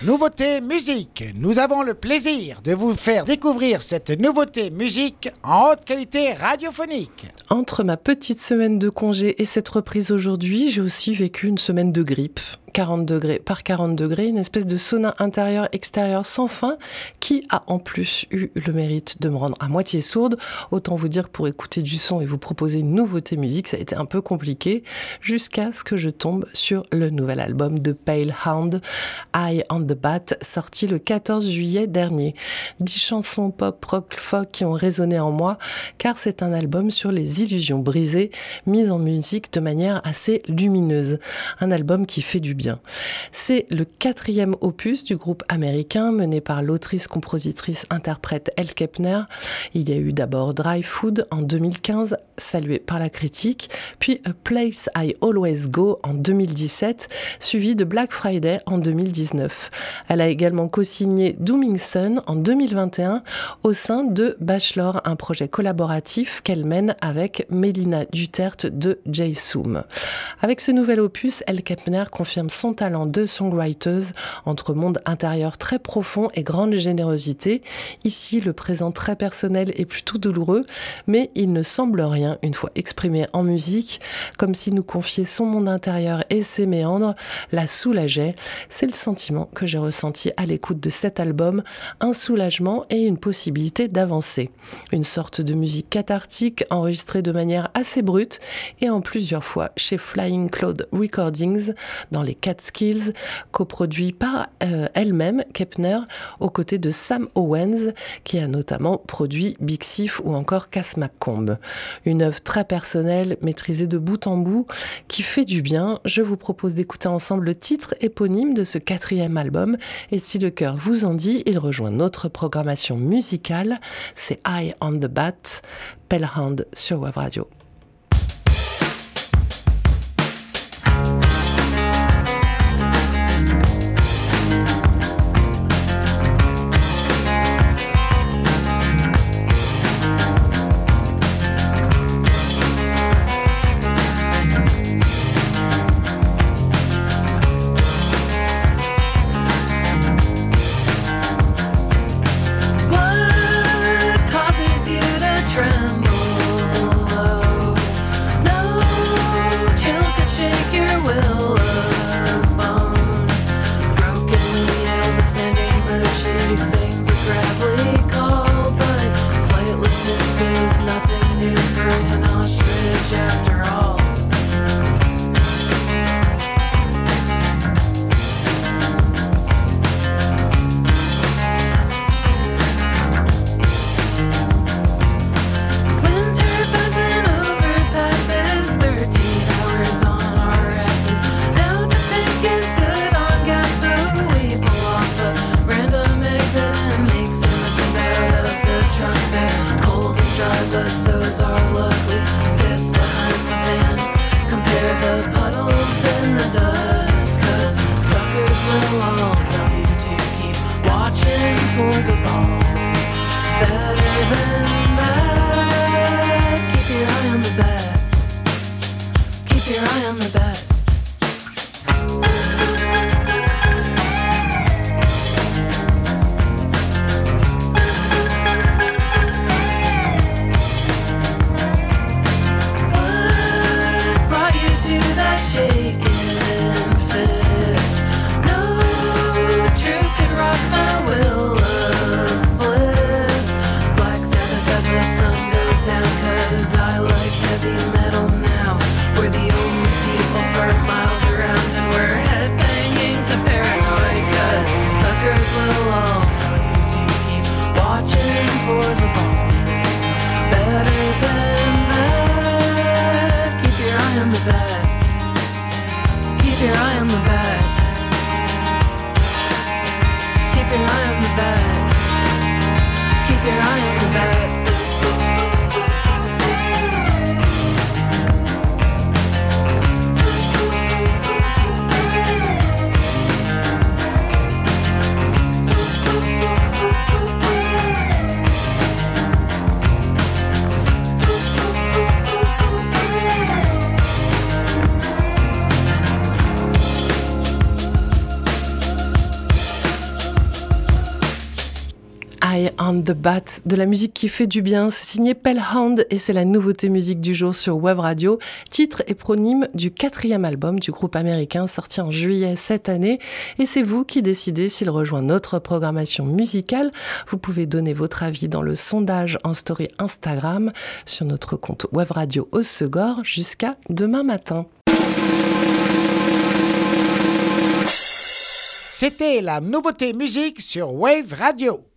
Nouveauté musique. Nous avons le plaisir de vous faire découvrir cette nouveauté musique en haute qualité radiophonique. Entre ma petite semaine de congé et cette reprise aujourd'hui, j'ai aussi vécu une semaine de grippe. 40 degrés par 40 degrés, une espèce de sauna intérieur-extérieur sans fin qui a en plus eu le mérite de me rendre à moitié sourde. Autant vous dire que pour écouter du son et vous proposer une nouveauté musique, ça a été un peu compliqué jusqu'à ce que je tombe sur le nouvel album de Pale Hound, Eye on the Bat, sorti le 14 juillet dernier. 10 chansons pop, rock, folk qui ont résonné en moi car c'est un album sur les illusions brisées mises en musique de manière assez lumineuse. Un album qui fait du bien. C'est le 4e opus du groupe américain mené par l'autrice, compositrice, interprète Elle Kepner. Il y a eu d'abord Dry Food en 2015, salué par la critique, puis A Place I Always Go en 2017, suivi de Black Friday en 2019. Elle a également co-signé Dooming Sun en 2021 au sein de Bachelor, un projet collaboratif qu'elle mène avec Mélina Duterte de Jaysoom. Avec ce nouvel opus, Elle Kepner confirme son talent de songwriter entre monde intérieur très profond et grande générosité. Ici, le présent très personnel est plutôt douloureux, mais il ne semble rien une fois exprimé en musique, comme s'il nous confiait son monde intérieur et ses méandres, la soulageait. C'est le sentiment que j'ai ressenti à l'écoute de cet album, un soulagement et une possibilité d'avancer. Une sorte de musique cathartique enregistrée de manière assez brute et en plusieurs fois chez Flying Cloud Recordings dans les Catskills, coproduit par elle-même, Kepner, aux côtés de Sam Owens, qui a notamment produit Big Thief ou encore Cass McComb. Une œuvre très personnelle, maîtrisée de bout en bout, qui fait du bien. Je vous propose d'écouter ensemble le titre éponyme de ce 4e album, et si le cœur vous en dit, il rejoint notre programmation musicale. C'est Eye on the Bat, Pale Hound sur Wave Radio. on the Bat, de la musique qui fait du bien. C'est signé Pellhound et c'est la nouveauté musique du jour sur Web Radio. Titre et pronyme du 4e album du groupe américain sorti en juillet cette année. Et c'est vous qui décidez s'il rejoint notre programmation musicale. Vous pouvez donner votre avis dans le sondage en story Instagram sur notre compte Web Radio Hossegor jusqu'à demain matin. C'était la nouveauté musique sur Wave Radio.